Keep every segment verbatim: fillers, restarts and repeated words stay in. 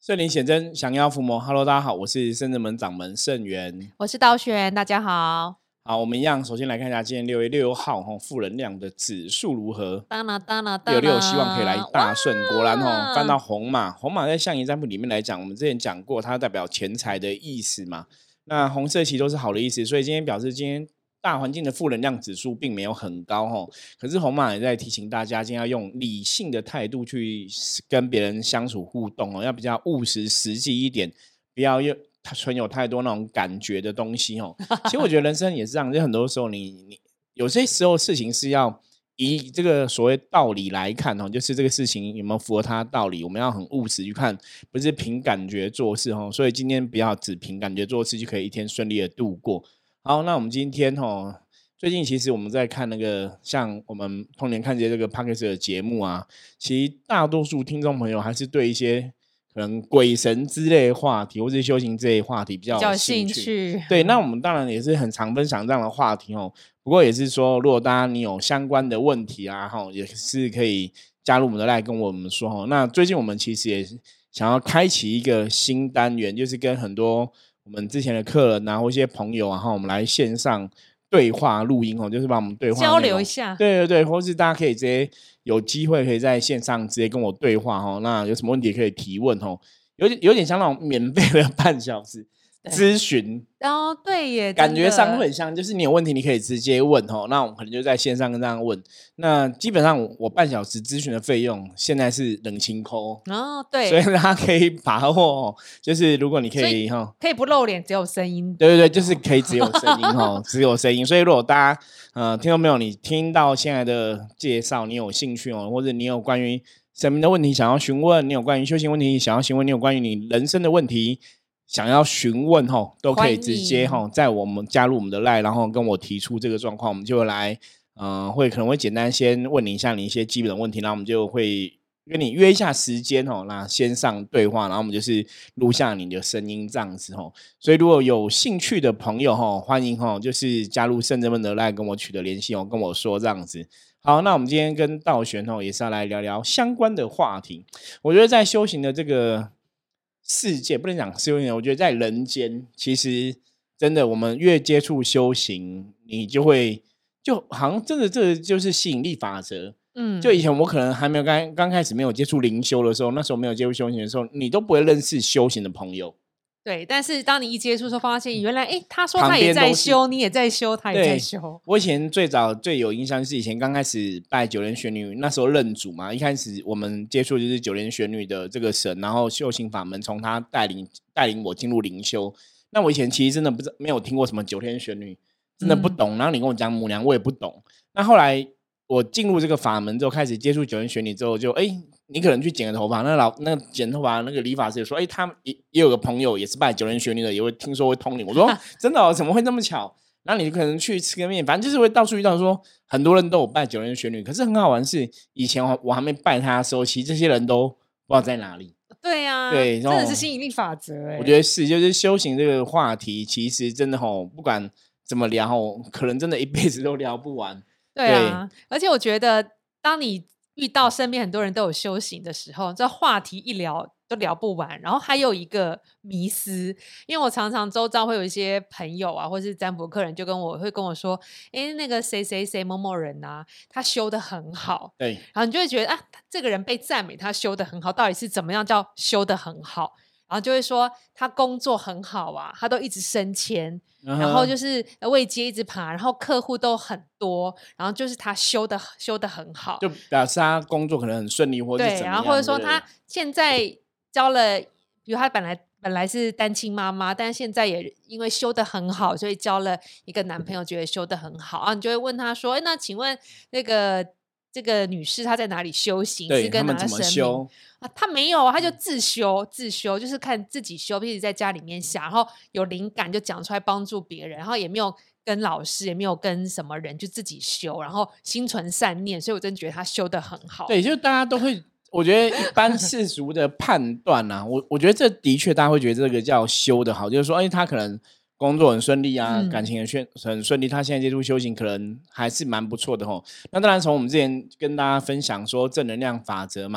圣灵显真，降妖伏魔。Hello， 大家好，我是圣真门掌门圣元， 我是道玄，大家好。 好，我们一样，首先来看一下今天六月六号哈负能量的指数如何？ 当了当了六六希望可以来大顺，果然哦，翻到红马，红马在象棋占卜里面来讲，我们之前讲过，它代表钱财的意思嘛。那红色其实都是好的意思，所以今天表示今天大环境的负能量指数并没有很高哦。可是红马也在提醒大家，今天要用理性的态度去跟别人相处互动哦，要比较务实实际一点，不要用存有太多那种感觉的东西哦。其实我觉得人生也是这样，就很多时候你你有些时候事情是要以这个所谓道理来看哦，就是这个事情有没有符合它的道理，我们要很务实去看，不是凭感觉做事哦。所以今天不要只凭感觉做事就可以一天顺利的度过。好，那我们今天哦，最近其实我们在看那个像我们童年看这些这个 Podcast 的节目啊，其实大多数听众朋友还是对一些可能鬼神之类的话题或是修行这类话题比较有兴趣。 兴趣对，那我们当然也是很常分享这样的话题哦。不过也是说，如果大家你有相关的问题啊，也是可以加入我们的 LINE 跟我们说。那最近我们其实也想要开启一个新单元，就是跟很多我们之前的客人啊或一些朋友啊，我们来线上对话录音哦，就是把我们对话交流一下， 对对对，或是大家可以直接有机会可以在线上直接跟我对话哦。那有什么问题可以提问哦，有点有点像那种免费的半小时咨询哦，对耶， 感觉上会很像，就是你有问题你可以直接问哦，那我们可能就在线上跟这样问。那基本上我半小时咨询的费用现在是冷清扣哦，对， 所以大家可以把握哦，就是如果你可以哈，可以不露脸，只有声音。 对对对，就是可以只有声音哦，只有声音。所以如果大家呃听到没有，你听到现在的介绍，你有兴趣哦，或者你有关于神明的问题想要询问，你有关于修行问题想要询问，你有关于你人生的问题想要询问吼，都可以直接吼在我们加入我们的 LINE， 然后跟我提出这个状况，我们就来呃会可能会简单先问你一下你一些基本的问题，然后我们就会跟你约一下时间吼，那先上对话，然后我们就是录下你的声音这样子吼。所以如果有兴趣的朋友吼，欢迎吼就是加入圣真门的 LINE 跟我取得联系哦，跟我说这样子。好，那我们今天跟道玄吼也是要来聊聊相关的话题。我觉得在修行的这个世界不能讲修行，我觉得在人间其实真的我们越接触修行，你就会就好像真的这就是吸引力法则。嗯，就以前我可能还没有刚刚开始没有接触灵修的时候，那时候没有接触修行的时候，你都不会认识修行的朋友。 对，但是当你一接触的时候，发现原来哎，他说他也在修，你也在修，他也在修。 我以前最早最有印象是以前刚开始拜九莲玄女，那时候认主嘛，一开始我们接触就是九莲玄女的这个神，然后修行法门从他带领带领我进入灵修。那我以前其实真的不知没有听过什么九天玄女，真的不懂。嗯、然后你跟我讲母娘，我也不懂。那后来我进入这个法门之后，开始接触九天玄女之后就，就哎。你可能去剪个头发，那老那个剪头发那个理发师也说，哎、欸，他也也有个朋友也是拜九天玄女的，也会听说会通灵。我说真的、哦，怎么会那么巧？然后你可能去吃个面，反正就是会到处遇到说很多人都有拜九天玄女，可是很好玩是，以前我还没拜他的时候，其实这些人都不知道在哪里。 对啊， 对， 真的是吸引力法则哎、欸。 我觉得是，就是修行这个话题，其实真的吼，不管怎么聊吼，可能真的一辈子都聊不完。 对啊，对，而且我觉得当你遇到身边很多人都有修行的时候，这话题一聊都聊不完。然后还有一个迷思，因为我常常周遭会有一些朋友啊，或是占卜客人就跟我会跟我说，哎，那个谁谁谁某某人啊，他修得很好。 对， 然后你就会觉得啊，这个人被赞美他修得很好，到底是怎么样叫修得很好？然后就会说他工作很好啊，他都一直升迁，嗯、然后就是位阶一直爬，然后客户都很多，然后就是他修的修的很好， 就表示他工作可能很顺利，或者对，然后或者说他现在交了，比如他本来本来是单亲妈妈，但现在也因为修得很好，所以交了一个男朋友，觉得修得很好啊，你就会问他说，哎，那请问那个这个女士她在哪里修行？ 对， 是跟哪个神明啊？她没有，她就自修自修，就是看自己修，一直在家里面想，然后有灵感就讲出来帮助别人，然后也没有跟老师，也没有跟什么人，就自己修，然后心存善念，所以我真的觉得她修得很好。 对，就大家都会，我觉得一般世俗的判断啊，我我觉得这的确大家会觉得这个叫修得好，就是说，哎，他可能工作很顺利啊，嗯、感情很顺很顺利，他现在接触修行可能还是蛮不错的吼。那当然，从我们之前跟大家分享说正能量法则嘛，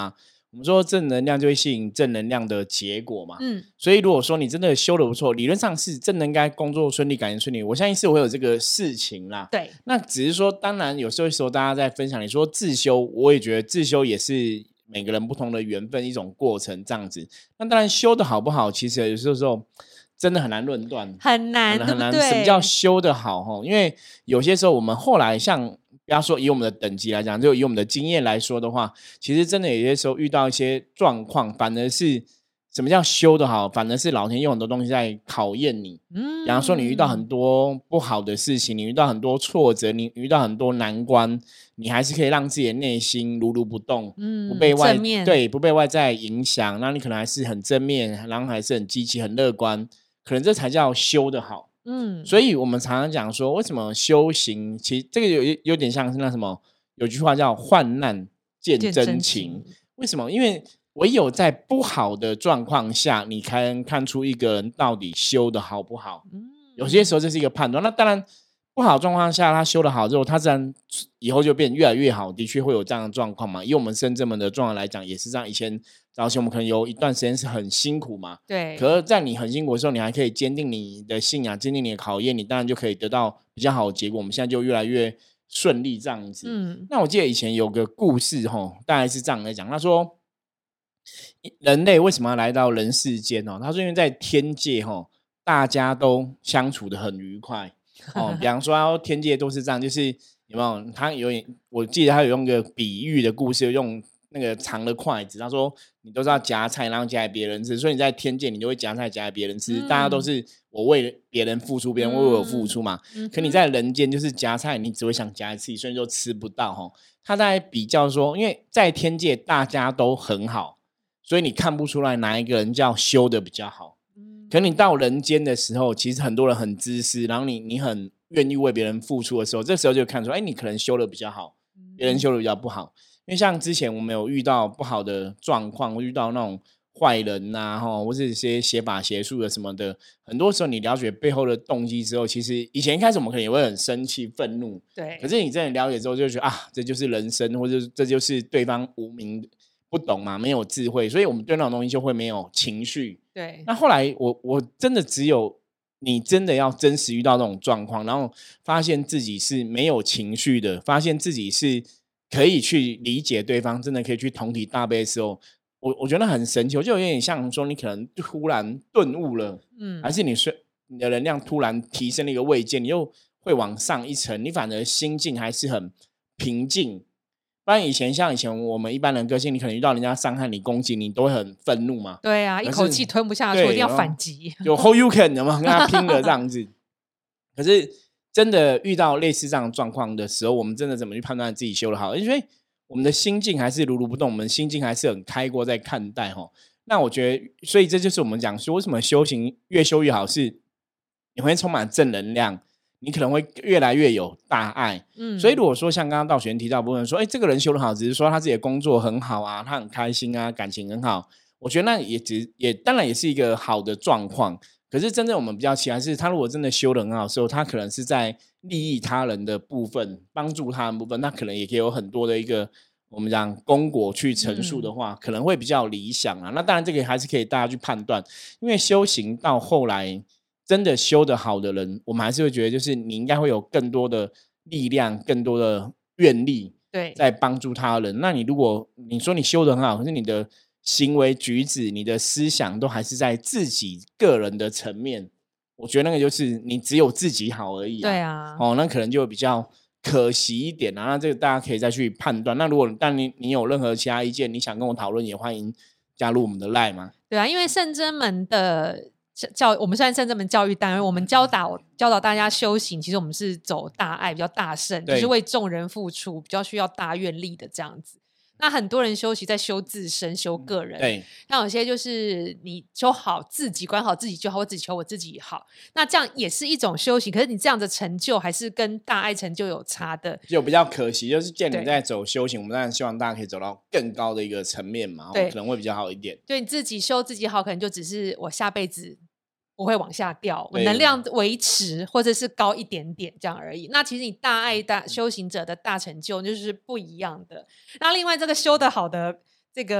我们说正能量就会吸引正能量的结果嘛。 嗯， 所以如果说你真的修的不错，理论上是真的应该工作顺利、感情顺利，我相信是会有这个事情啦。 对， 那只是说，当然有时候时候大家在分享，你说自修，我也觉得自修也是每个人不同的缘分一种过程这样子。那当然修的好不好，其实有时候真的很难论断， 很难， 很难。 对不对？ 什么叫修的好？因为有些时候我们后来像不要说以我们的等级来讲，就以我们的经验来说的话，其实真的有些时候遇到一些状况，反而是什么叫修的好，反而是老天用很多东西在考验你。嗯，比方说你遇到很多不好的事情，你遇到很多挫折，你遇到很多难关，你还是可以让自己的内心如如不动，嗯，不被外对不被外在影响，那你可能还是很正面，然后还是很积极、很乐观，可能这才叫修的好。嗯，所以我们常常讲说，为什么修行，其实这个有有点像是那什么，有句话叫患难见真情。真情为什么？因为唯有在不好的状况下，你才能看出一个人到底修的好不好。嗯，有些时候这是一个判断。那当然，不好的状况下，他修的好之后，他自然以后就变越来越好。的确会有这样的状况嘛？以我们深圳们的状况来讲，也是这样。以前早期我们可能有一段时间是很辛苦嘛， 对。 可是在你很辛苦的时候，你还可以坚定你的信仰，坚定你的考验，你当然就可以得到比较好的结果。我们现在就越来越顺利这样子。嗯，那我记得以前有个故事吼，大概是这样来讲，他说人类为什么要来到人世间哦？他说因为在天界吼，大家都相处的很愉快哦。比方说天界都是这样，就是有没有？他有点，我记得他有用个比喻的故事，用那个长的筷子，他说你都是要夹菜，然后夹给别人吃，所以你在天界你就会夹菜夹给别人吃，嗯，大家都是我为别人付出，别人为我付出嘛。嗯，可你在人间就是夹菜，你只会想夹一次，所以就吃不到齁。他在比较说，因为在天界大家都很好，所以你看不出来哪一个人叫修的比较好。可你到人间的时候，其实很多人很自私，然后你你很愿意为别人付出的时候，这时候就看出，哎，你可能修的比较好，别人修的比较不好。因为像之前我们有遇到不好的状况，遇到那种坏人呐，啊，或是一些邪法邪术的什么的，很多时候你了解背后的动机之后，其实以前一开始我们可能也会很生气、愤怒， 对。 可是你真的了解之后，就觉得啊，这就是人生，或者这就是对方无名不懂嘛，没有智慧，所以我们对那种东西就会没有情绪。 对。 那后来我我真的只有你真的要真实遇到那种状况，然后发现自己是没有情绪的，发现自己是可以去理解对方，真的可以去同体大悲的时候，我我觉得很神奇，我就有点像说你可能突然顿悟了，嗯，还是你是你的能量突然提升了一个位阶，你又会往上一层，你反而心境还是很平静。不然以前像以前我们一般人个性，你可能遇到人家伤害你、攻击你，都会很愤怒嘛。 对啊，一口气吞不下去，一定要反击。 有 hold you can 有没有跟他拼了这样子？可是真的遇到类似这样的状况的时候，我们真的怎么去判断自己修得好？因为我们的心境还是如如不动，我们心境还是很开阔在看待齁。那我觉得，所以这就是我们讲说，为什么修行越修越好，是你会充满正能量。你可能会越来越有大爱，嗯，所以如果说像刚刚道玄提到的部分说，哎，这个人修得好，只是说他自己的工作很好啊，他很开心啊，感情很好，我觉得那也只也当然也是一个好的状况。可是真正我们比较期待是，他如果真的修得很好的时候，他可能是在利益他人的部分，帮助他人的部分，那可能也可以有很多的一个我们讲功果去陈述的话，嗯，可能会比较理想啊。那当然这个还是可以大家去判断，因为修行到后来。真的修得好的人，我们还是会觉得，就是你应该会有更多的力量、更多的愿力， 对， 在帮助他人。那你如果你说你修得很好，可是你的行为举止、你的思想都还是在自己个人的层面，我觉得那个就是你只有自己好而已、啊。 对啊， 哦，那可能就比较可惜一点啊。那这个大家可以再去判断。那如果但你你有任何其他意见，你想跟我讨论，也欢迎加入我们的 LINE 嘛。 对啊，因为圣真门的。教我们虽然圣真门教育单位，我们教导教导大家修行，其实我们是走大爱，比较大圣，就是为众人付出，比较需要大愿力的这样子。那很多人修行在修自身、修个人， 对。 那有些就是你修好自己，管好自己就好，我只求我自己好。那这样也是一种修行，可是你这样的成就还是跟大爱成就有差的， 就比较可惜。就是既然你在走修行，我们当然希望大家可以走到更高的一个层面嘛，可能会比较好一点。 对，你自己修自己好，可能就只是我下辈子。不会往下掉，我能量维持或者是高一点点这样而已。那其实你大爱大修行者的大成就就是不一样的。那另外这个修得好的这个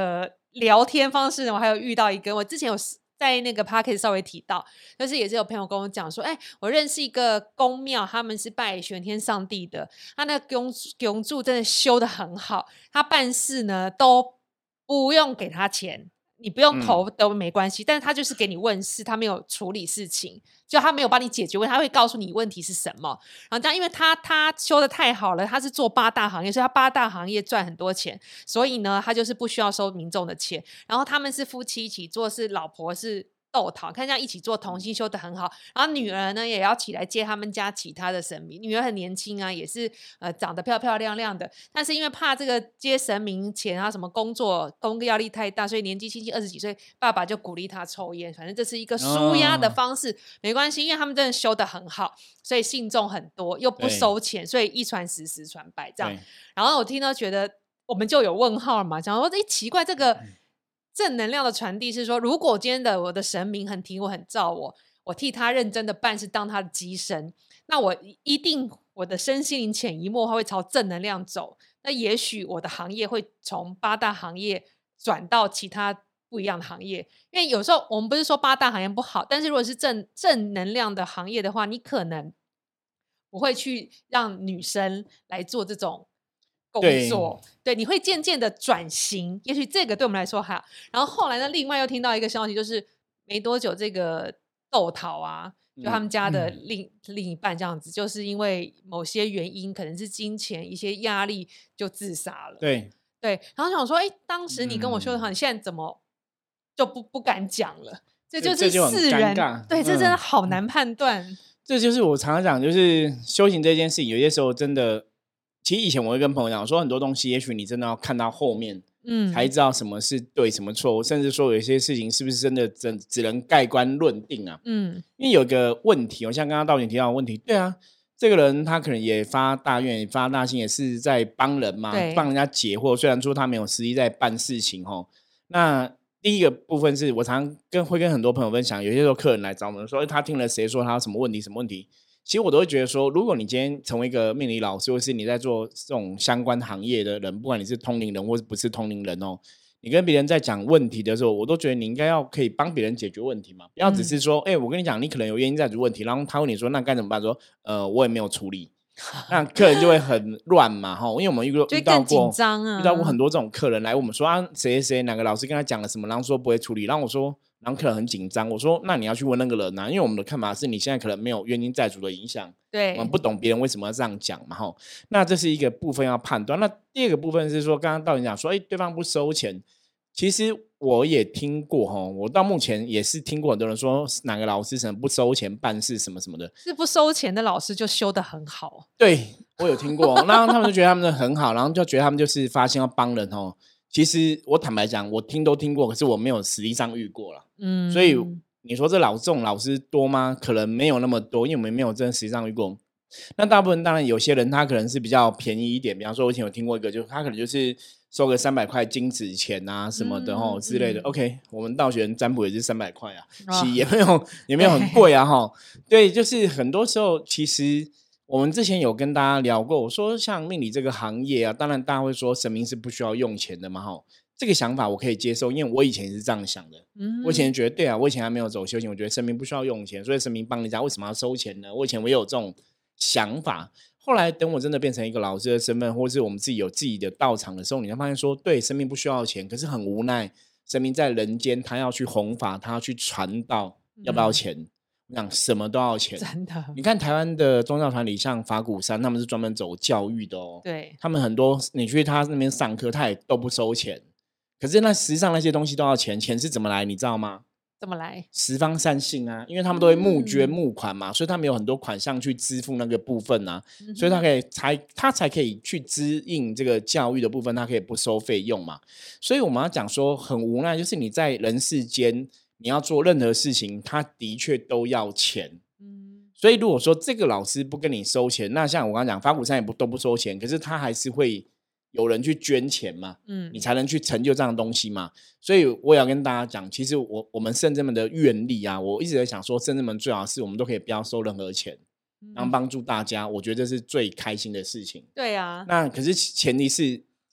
聊天方式呢，我还有遇到一个，我之前有在那个 podcast 稍微提到，就是也是有朋友跟我讲说，哎、欸，我认识一个宫庙，他们是拜玄天上帝的，他那个宫宫柱真的修得很好，他办事呢都不用给他钱，你不用投都没关系、嗯、但是他就是给你问事，他没有处理事情，就他没有帮你解决问题，他会告诉你问题是什么。然后这样，因为他他修得太好了，他是做八大行业，所以他八大行业赚很多钱，所以呢他就是不需要收民众的钱。然后他们是夫妻一起做，是老婆是斗桃，看这样一起做同心修得很好。然后女儿呢也要起来接他们家其他的神明，女儿很年轻啊，也是呃长得漂漂亮亮的，但是因为怕这个接神明钱啊什么工作工作压力太大，所以年纪轻轻二十几岁，爸爸就鼓励他抽烟，反正这是一个舒压的方式、哦、没关系，因为他们真的修得很好，所以信众很多又不收钱，所以一传十十传百这样。然后我听到觉得我们就有问号嘛，想说哎奇怪，这个正能量的传递是说，如果今天的我的神明很听我很照我，我替他认真的办事当他的机身，那我一定我的身心灵潜移默化会朝正能量走，那也许我的行业会从八大行业转到其他不一样的行业。因为有时候我们不是说八大行业不好，但是如果是正正能量的行业的话，你可能不会去让女生来做这种工作， 对, 对，你会渐渐的转型，也许这个对我们来说还好。然后后来呢，另外又听到一个消息，就是没多久这个窦桃啊，就他们家的另、嗯、另一半这样子，就是因为某些原因，可能是金钱一些压力就自杀了。 对对，然后想说，哎，当时你跟我说的好、嗯、你现在怎么就不不敢讲了？这就是世人，对，这真的好难判断、嗯、 这就是我常常讲，就是修行这件事情，有些时候真的，其实以前我会跟朋友讲说，很多东西也许你真的要看到后面嗯，才知道什么是对什么错，甚至说有些事情是不是真的只只能盖棺论定啊。嗯，因为有一个问题，我像刚刚道姐提到的问题，对啊，这个人他可能也发大愿发大心，也是在帮人嘛，帮人家解惑，虽然说他没有实际在办事情齁。那第一个部分是我常跟会跟很多朋友分享，有些时候客人来找我们说他听了谁说他有什么问题什么问题，其实我都会觉得说，如果你今天成为一个命理老师，或是你在做这种相关行业的人，不管你是通灵人或是不是通灵人哦，你跟别人在讲问题的时候，我都觉得你应该要可以帮别人解决问题嘛，不要只是说哎、嗯欸，我跟你讲你可能有冤亲债主问题，然后他问你说那该怎么办，说呃我也没有处理，那客人就会很乱嘛，因为我们遇到过、啊、遇到过很多这种客人来我们说啊谁谁谁哪个老师跟他讲了什么，然后说不会处理，然后我说然后客人很紧张，我说那你要去问那个人啊，因为我们的看法是你现在可能没有冤亲债主的影响，对，我们不懂别人为什么要这样讲嘛，那这是一个部分要判断。那第二个部分是说刚刚道理讲说、欸、对方不收钱，其实我也听过，我到目前也是听过很多人说哪个老师什么不收钱办事什么什么的， 是不收钱的老师就修得很好， 对，我有听过然后他们就觉得他们的很好，然后就觉得他们就是发现要帮人哦。其实我坦白讲我听都听过，可是我没有实际上遇过啦，嗯，所以你说这老这种老师多吗？可能没有那么多，因为我们没有真的实际上遇过。那大部分当然有些人他可能是比较便宜一点，比方说我以前有听过一个，就他可能就是收个三百块金纸钱啊什么的、嗯、之类的、嗯、OK， 我们道学人占卜也是三百块啊，其实也没有也没有很贵啊对，就是很多时候其实我们之前有跟大家聊过，我说像命理这个行业啊，当然大家会说神明是不需要用钱的嘛，这个想法我可以接受，因为我以前也是这样想的、嗯、我以前觉得对啊，我以前还没有走修行，我觉得神明不需要用钱，所以神明帮人家为什么要收钱呢？我以前我也有这种想法，后来等我真的变成一个老师的身份，或是我们自己有自己的道场的时候，你会发现说对，神明不需要钱，可是很无奈，神明在人间他要去弘法，他要去传道、嗯、要不要钱？我想什么都要钱， 真的。 你看台湾的宗教团体像法鼓山，他们是专门走教育的哦， 对， 他们很多你去他那边上课他也都不收钱，可是那实际上那些东西都要钱，钱是怎么来你知道吗？ 怎么来？ 十方善信啊，因为他们都会募捐募款嘛、嗯、所以他们有很多款项去支付那个部分啊、嗯、所以他可以才他才可以去支应这个教育的部分，他可以不收费用嘛。所以我们要讲说很无奈，就是你在人世间你要做任何事情他的确都要钱、嗯、所以如果说这个老师不跟你收钱，那像我刚刚讲法鼓山也不都不收钱，可是他还是会有人去捐钱嘛、嗯、你才能去成就这样的东西嘛。所以我也要跟大家讲，其实我我们圣人们的愿力啊，我一直在想说圣人们最好是我们都可以不要收任何钱，然后帮助大家，我觉得这是最开心的事情。 对啊， 那可是前提是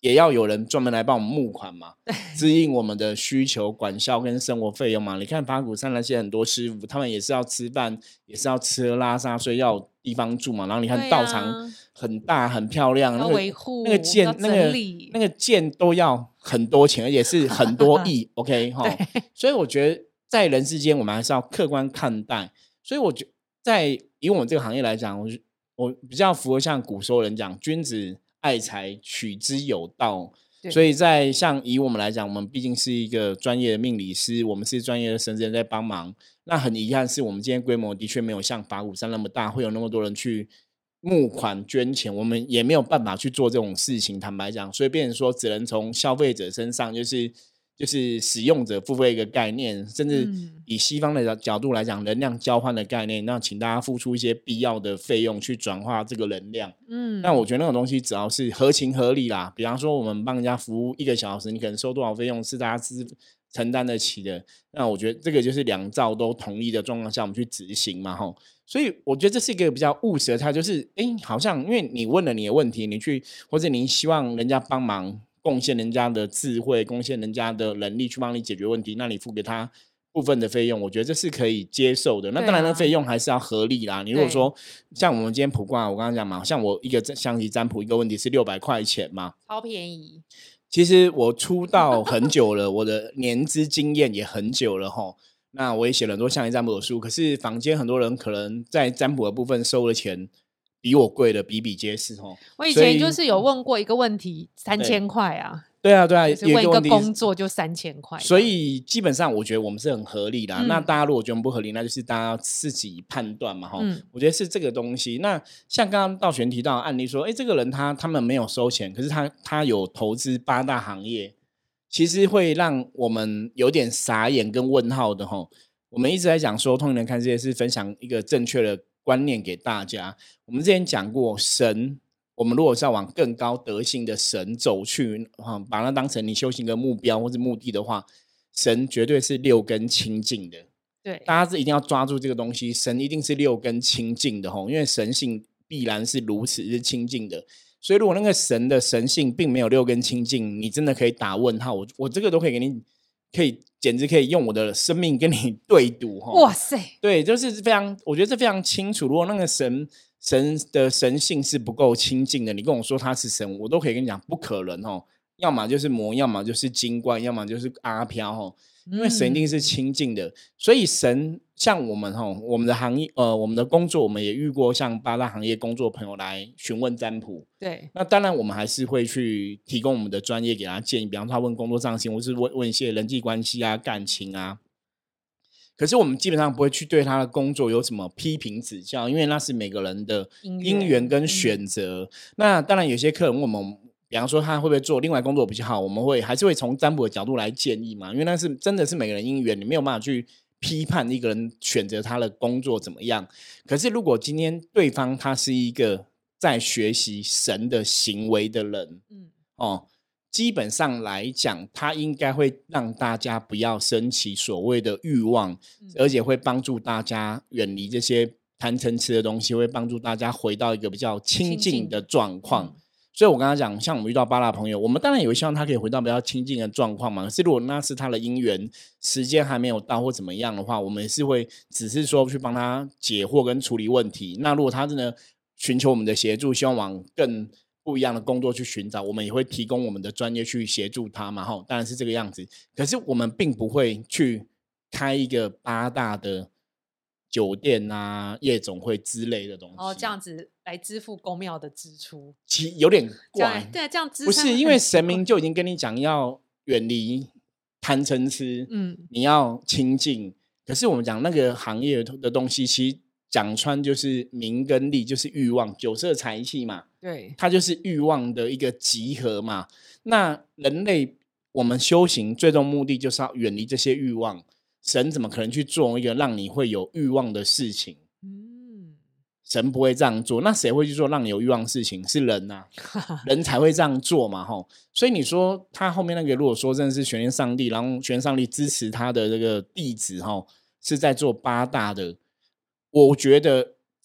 也要有人专门来帮我们募款嘛，支应我们的需求、管销跟生活费用嘛。你看法鼓山那些很多师傅，他们也是要吃饭，也是要吃喝拉撒，所以要有地方住嘛。然后你看道场很大很漂亮， 要维护、 那个建那个那个建都要很多钱，而且是很多亿。OK 哈，所以我觉得在人世间，我们还是要客观看待。所以我觉得在以我们这个行业来讲，我我比较符合像古时候人讲，君子爱财，取之有道。所以在像以我们来讲，我们毕竟是一个专业的命理师，我们是专业的神人在帮忙。那很遗憾是我们今天规模的确没有像法鼓山那么大，会有那么多人去募款捐钱，我们也没有办法去做这种事情，坦白讲。所以变成说只能从消费者身上，就是就是使用者付费一个概念，甚至以西方的角度来讲，能量交换的概念，那请大家付出一些必要的费用去转化这个能量。嗯，那我觉得那种东西只要是合情合理啦，比方说我们帮人家服务一个小时，你可能收多少费用是大家是承担得起的，那我觉得这个就是两造都同意的状况下，我们去执行嘛吼。所以我觉得这是一个比较务实的态度，就是哎，好像因为你问了你的问题，你去或者你希望人家帮忙，贡献人家的智慧，贡献人家的能力去帮你解决问题，那你付给他部分的费用，我觉得这是可以接受的。那当然那费用还是要合理啦。你如果说像我们今天卜卦，我刚刚讲嘛，像我一个象棋占卜一个问题是六百块钱嘛， 超便宜。 其实我出道很久了，我的年资经验也很久了齁。那我也写了很多象棋占卜的书，可是坊间很多人可能在占卜的部分收的钱比我贵的比比皆是齁。 我以前就是有问过一个问题，三千块啊。 对啊，对啊， 就是问一个工作就三千块， 所以基本上我觉得我们是很合理的、啊嗯。 那大家如果觉得不合理，那就是大家要自己判断嘛、嗯、我觉得是这个东西。那像刚刚道玄提到的案例说，哎，这个人他他们没有收钱，可是他他有投资八大行业，其实会让我们有点傻眼跟问号的齁。我们一直在讲说，通灵人看世界是分享一个正确的观念给大家。我们之前讲过神。我们如果是要往更高德性的神走去、嗯、把它当成你修行的目标或是目的的话，神绝对是六根清净的。 对， 大家是一定要抓住这个东西，神一定是六根清净的，因为神性必然是如此是清净的。所以如果那个神的神性并没有六根清净，你真的可以打问号。我我这个都可以给你，可以简直可以用我的生命跟你对赌。 哇塞， 对，就是非常，我觉得这非常清楚。如果那个神神的神性是不够清净的，你跟我说他是神，我都可以跟你讲不可能哦。要么就是魔，要么就是精怪，要么就是阿飘哦。因为神一定是清净的，嗯、所以神像我们哦，我们的行业呃，我们的工作，我们也遇过像八大行业工作朋友来询问占卜。 对， 那当然我们还是会去提供我们的专业给他建议，比方说他问工作上行，或是问问一些人际关系啊、感情啊。可是我们基本上不会去对他的工作有什么批评指教，因为那是每个人的因缘跟选择、嗯、那当然有些客人问我们，比方说他会不会做另外工作比较好，我们会还是会从占卜的角度来建议嘛，因为那是真的是每个人因缘，你没有办法去批判一个人选择他的工作怎么样。可是如果今天对方他是一个在学习神的行为的人、嗯哦基本上来讲，它应该会让大家不要升起所谓的欲望、嗯、而且会帮助大家远离这些贪嗔痴的东西，会帮助大家回到一个比较清净的状况、嗯、所以我刚刚讲，像我们遇到八大朋友，我们当然也会希望他可以回到比较清净的状况嘛。可是如果那是他的因缘时间还没有到或怎么样的话，我们也是会只是说去帮他解惑跟处理问题。那如果他真的寻求我们的协助，希望往更不一样的工作去寻找，我们也会提供我们的专业去协助他嘛，当然是这个样子。可是我们并不会去开一个八大的酒店啊、夜总会之类的东西， 哦，这样子来支付公庙的支出， 其实有点怪。 对啊，这样支不是因为神明就已经跟你讲要远离贪嗔痴，嗯，你要清净。可是我们讲那个行业的东西，其实讲穿就是名跟利，就是欲望，酒色财气嘛。 对， 它就是欲望的一个集合嘛。那人类我们修行最终目的就是要远离这些欲望，神怎么可能去做一个让你会有欲望的事情？嗯，神不会这样做。那谁会去做让你有欲望的事情？是人啊，人才会这样做嘛。吼，所以你说他后面那个，如果说真的是玄天上帝，然后玄天上帝支持他的这个弟子，吼，是在做八大的，我觉得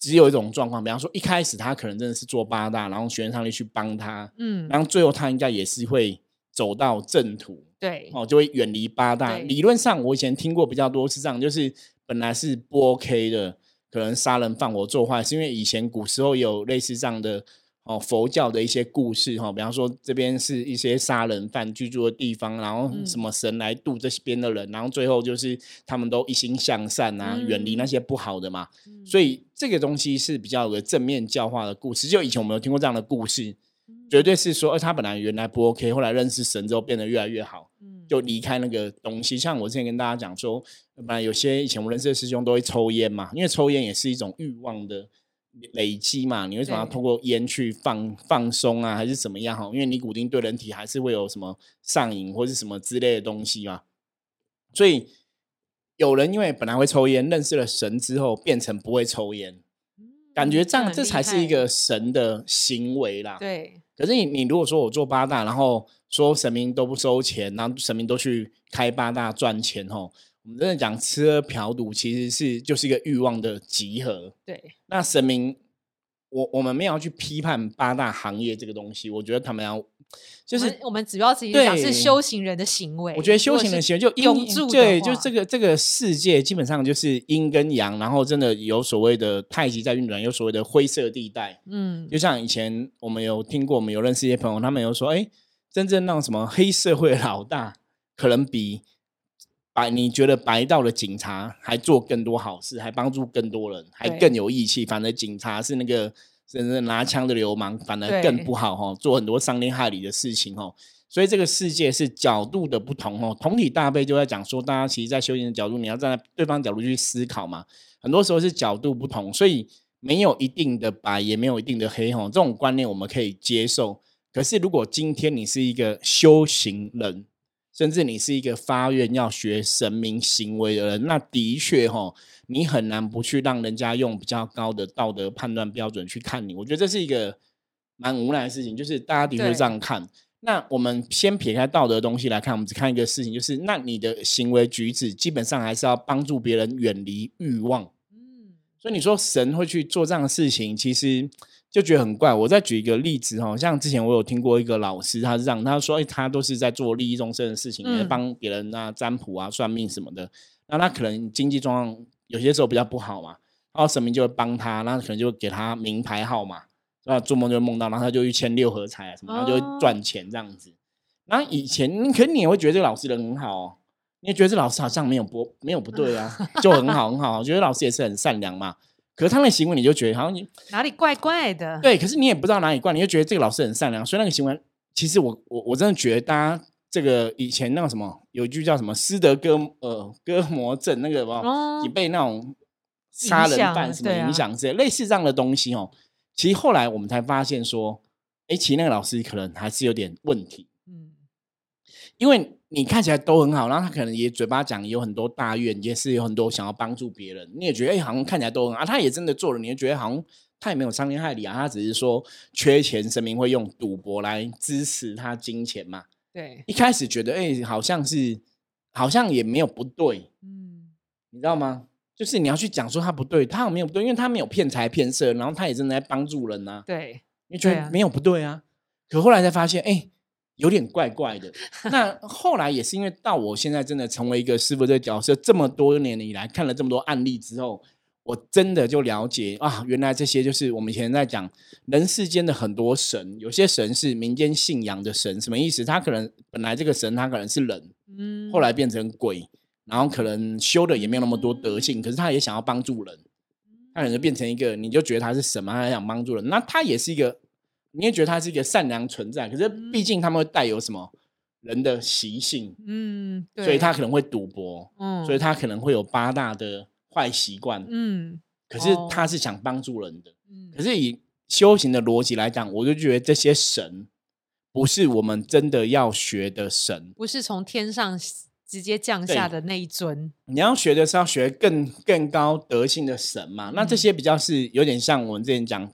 只有一种状况，比方说一开始他可能真的是做八大，然后玄天上帝去帮他，嗯，然后最后他应该也是会走到正途， 对， 哦，就会远离八大。理论上我以前听过比较多是这样，就是本来是不 OK 的，可能杀人放火做坏，是因为以前古时候有类似这样的哦佛教的一些故事哈、哦，比方说这边是一些杀人犯居住的地方，然后什么神来渡这边的人，嗯、然后最后就是他们都一心向善啊，远、嗯、离那些不好的嘛、嗯，所以这个东西是比较有个正面教化的故事。就以前我们有听过这样的故事，嗯、绝对是说，呃，他本来原来不 OK， 后来认识神之后变得越来越好，嗯、就离开那个东西。像我之前跟大家讲说，本来有些以前我认识的师兄都会抽烟嘛，因为抽烟也是一种欲望的累积嘛，你为什么要通过烟去放放松啊，还是怎么样？因为尼古丁对人体还是会有什么上瘾或是什么之类的东西嘛。所以有人因为本来会抽烟，认识了神之后变成不会抽烟，感觉这样这才是一个神的行为啦。 对。 可是你你如果说我做八大，然后说神明都不收钱，然后神明都去开八大赚钱吼。我们真的讲吃喝嫖赌其实是就是一个欲望的集合。 对， 那神明，我我们没有要去批判八大行业这个东西，我觉得他们要就是我 们, 我们主要是讲是修行人的行为。 我觉得修行人的行为就永驻的对，就这个这个世界基本上就是阴跟阳，然后真的有所谓的太极在运转，有所谓的灰色地带。嗯，就像以前我们有听过，我们有认识一些朋友，他们有说，哎，真正那种什么黑社会老大，可能比白你觉得白道的警察还做更多好事，还帮助更多人，还更有义气。反而警察是那个真的拿枪的流氓，反而更不好哈，做很多伤天害理的事情哈。所以这个世界是角度的不同哦。同体大悲就在讲说，大家其实在修行的角度，你要站在对方角度去思考嘛。很多时候是角度不同，所以没有一定的白，也没有一定的黑哈。这种观念我们可以接受。可是如果今天你是一个修行人，甚至你是一个发愿要学神明行为的人，那的确齁，你很难不去让人家用比较高的道德判断标准去看你。我觉得这是一个蛮无奈的事情，就是大家的确这样看。那我们先撇开道德的东西来看，我们只看一个事情，就是那你的行为举止基本上还是要帮助别人远离欲望。嗯，所以你说神会去做这样的事情，其实就觉得很怪。我再举一个例子，像之前我有听过一个老师，他是这样，他说、欸、他都是在做利益众生的事情，嗯、帮别人啊占卜啊算命什么的。那他可能经济状况有些时候比较不好嘛，然后神明就会帮他，那可能就给他名牌号码，然后做梦就会梦到，然后他就去签六合彩啊什么，然后就会赚钱这样子。哦、然后以前可能你也会觉得这个老师人很好哦，你也觉得这老师好像没有不没有不对啊，就很好很好，我觉得老师也是很善良嘛。可是他那个行为你就觉得好像你哪里怪怪的， 对，可是你也不知道哪里怪，你就觉得这个老师很善良，所以那个行为其实我我我真的觉得大家这个以前那个什么有一句叫什么斯德哥呃哥摩症那个吧，你、哦、被那种杀人犯什么影响之类、啊、类似这样的东西哦。其实后来我们才发现说，哎，其实那个老师可能还是有点问题，嗯，因为你看起来都很好，然后他可能也嘴巴讲有很多大愿，也是有很多想要帮助别人，你也觉得哎，好像看起来都很好、啊、他也真的做了，你也觉得好像他也没有伤天害理啊，他只是说缺钱，神明会用赌博来支持他金钱嘛。 对， 一开始觉得哎，好像是好像也没有不对，嗯，你知道吗？就是你要去讲说他不对，他好像没有不对，因为他没有骗财骗色，然后他也真的在帮助人啊。 对， 你觉得没有不对啊？可后来才发现，哎，有点怪怪的。那后来也是因为到我现在真的成为一个师父这个角色，这么多年以来看了这么多案例之后，我真的就了解啊，原来这些就是我们以前在讲人世间的很多神，有些神是民间信仰的神，什么意思？他可能本来这个神他可能是人，嗯，后来变成鬼。然后可能修的也没有那么多德性，可是他也想要帮助人，他可能就变成一个，你就觉得他是什么，他想帮助人，那他也是一个，你也觉得他是一个善良存在，可是毕竟他们会带有什么人的习性，嗯，所以他可能会赌博，嗯，所以他可能会有八大的坏习惯，嗯，可是他是想帮助人的，嗯，可是以修行的逻辑来讲，我就觉得这些神不是我们真的要学的神， 不是从天上直接降下的那一尊， 你要学的是要学更更高德性的神嘛、嗯、那这些比较是有点像我们之前讲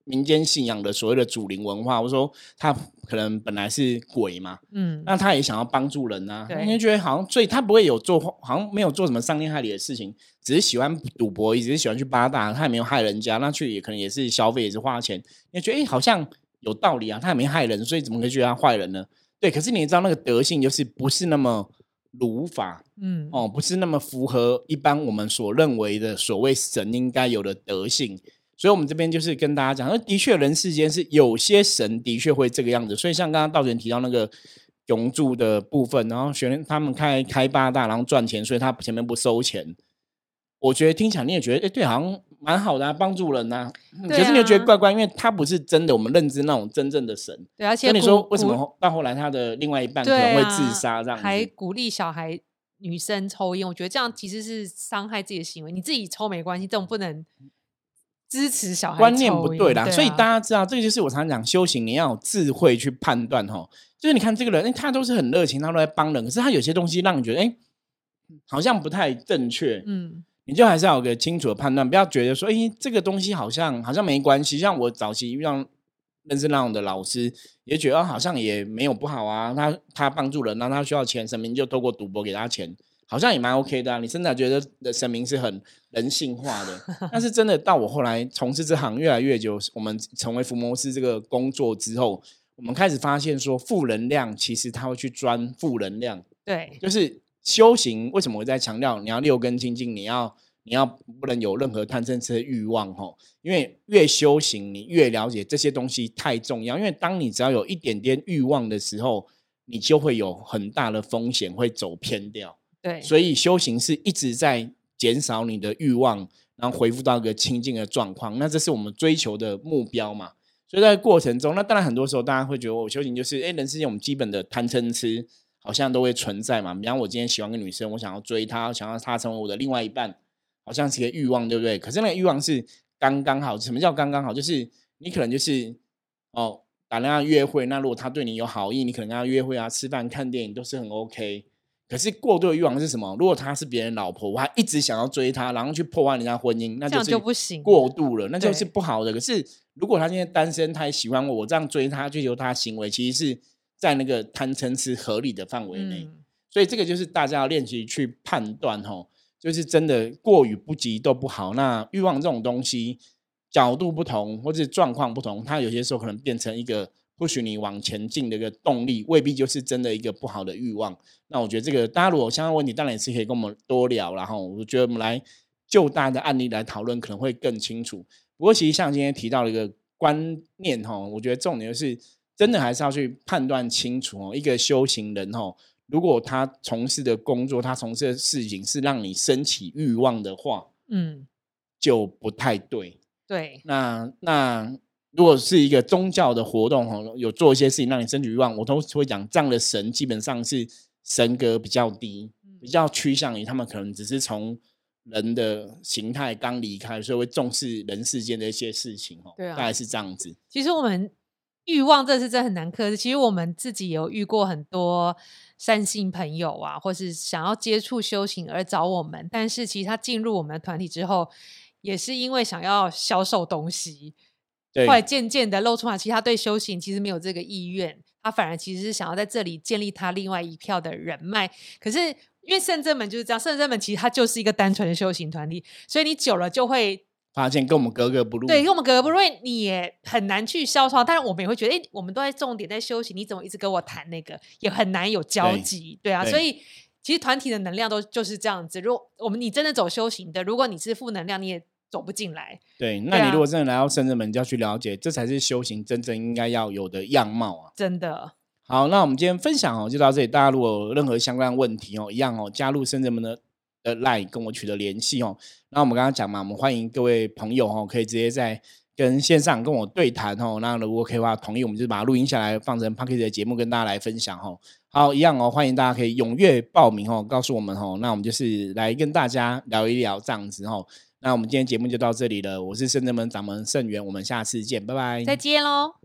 民间信仰的所谓的祖灵文化，或者说他可能本来是鬼嘛，嗯，那他也想要帮助人啊，你就觉得好像，所以他不会有做，好像没有做什么伤天害理的事情，只是喜欢赌博，只是喜欢去八大，他也没有害人家，那去也可能也是消费，也是花钱，你就觉得哎、欸，好像有道理啊，他也没害人，所以怎么可以觉得他坏人呢？对，可是你也知道那个德性就是不是那么如法，嗯，哦，不是那么符合一般我们所认为的所谓神应该有的德性，所以我们这边就是跟大家讲，的确人世间是有些神的确会这个样子，所以像刚刚道玄提到那个永住的部分，然后学他们开开八大，然后赚钱，所以他前面不收钱，我觉得听起来你也觉得，哎、欸，对，好像蛮好的、啊，帮助人啊。可是你就觉得怪怪，因为他不是真的我们认知那种真正的神。 对，而且跟你说为什么到后来他的另外一半可能会自杀这样子， 啊、还鼓励小孩女生抽烟，我觉得这样其实是伤害自己的行为。你自己抽没关系，这种不能支持小孩抽烟， 观念不对啦。 对啊、 所以大家知道，这个就是我常常讲修行，你要有智慧去判断哈。就是你看这个人，欸、他都是很热情，他都在帮人，可是他有些东西让你觉得，哎、欸，好像不太正确。嗯。你就还是要有个清楚的判断，不要觉得说，哎、欸，这个东西好像好像没关系。像我早期遇到认识那种的老师，也觉得、哦、好像也没有不好啊。他他帮助人，然后他需要钱，神明就透过赌博给他钱，好像也蛮 OK 的啊。你真的觉得神明是很人性化的，但是真的到我后来从事这行越来越久，我们成为伏魔师这个工作之后，我们开始发现说，负能量其实他会去钻负能量， 对， 就是。修行为什么我在强调你要六根清净，你要你要不能有任何贪嗔痴的欲望，因为越修行你越了解这些东西太重要，因为当你只要有一点点欲望的时候，你就会有很大的风险会走偏掉。 对， 所以修行是一直在减少你的欲望，然后恢复到一个清净的状况，那这是我们追求的目标嘛。所以在过程中，那当然很多时候大家会觉得我修行就是哎，人世间我们基本的贪嗔痴好像都会存在嘛，比方我今天喜欢个女生，我想要追她，想要她成为我的另外一半，好像是一个欲望，对不对？可是那个欲望是刚刚好。什么叫刚刚好？就是你可能就是哦打那样约会，那如果他对你有好意，你可能跟他约会啊、吃饭、看电影都是很 OK。可是过度的欲望是什么？如果他是别人老婆，我还一直想要追她，然后去破坏人家婚姻，那就是过度了，那就是不好的。可是如果他今天单身，他也喜欢我，我这样追他、追求他行为，其实是在那个贪嗔痴合理的范围内、嗯，所以这个就是大家要练习去判断吼，就是真的过与不及都不好。那欲望这种东西，角度不同或者状况不同，它有些时候可能变成一个不许你往前进的一个动力，未必就是真的一个不好的欲望。那我觉得这个大家如果相关问题，当然也是可以跟我们多聊，然后我觉得我们来就大家的案例来讨论，可能会更清楚。不过其实像今天提到了一个观念吼，我觉得重点就是真的还是要去判断清楚哦。一个修行人吼，如果他从事的工作，他从事的事情是让你升起欲望的话，嗯，就不太对。 对， 那那如果是一个宗教的活动吼，有做一些事情让你升起欲望，我都会讲这样的神基本上是神格比较低，比较趋向于他们可能只是从人的形态刚离开，所以会重视人世间的一些事情，对啊，大概是这样子。 其实我们欲望这是真的很难克制，其实我们自己有遇过很多善信朋友啊，或是想要接触修行而找我们，但是其实他进入我们的团体之后，也是因为想要销售东西，后来渐渐的露出来，其实他对修行其实没有这个意愿，他反而其实是想要在这里建立他另外一票的人脉。可是因为圣真门就是这样，圣真门其实它就是一个单纯的修行团体，所以你久了就会发现跟我们格格不入。 对，跟我们格格不入，你也很难去销售。但是我们也会觉得，哎，我们都在重点在修行，你怎么一直跟我谈那个，也很难有交集。 对, 对啊对，所以其实团体的能量都就是这样子。如果我们你真的走修行的，如果你是负能量，你也走不进来。 对，那你如果真的来到圣真门，就要去了解，这才是修行真正应该要有的样貌啊！ 真的。 好，那我们今天分享哦就到这里。大家如果有任何相关问题哦，一样哦，加入圣真门的的 LINE 跟我取得联系哦。那我们刚刚讲嘛，我们欢迎各位朋友哦，可以直接在跟线上跟我对谈哦。那如果可以的话，同意我们就把它录音下来，放成 Podcast 的节目跟大家来分享哦。好，一样哦，欢迎大家可以踊跃报名哦，告诉我们哦。那我们就是来跟大家聊一聊这样子哦。那我们今天节目就到这里了，我是圣真门掌门圣元，我们下次见，拜拜， 再见喽。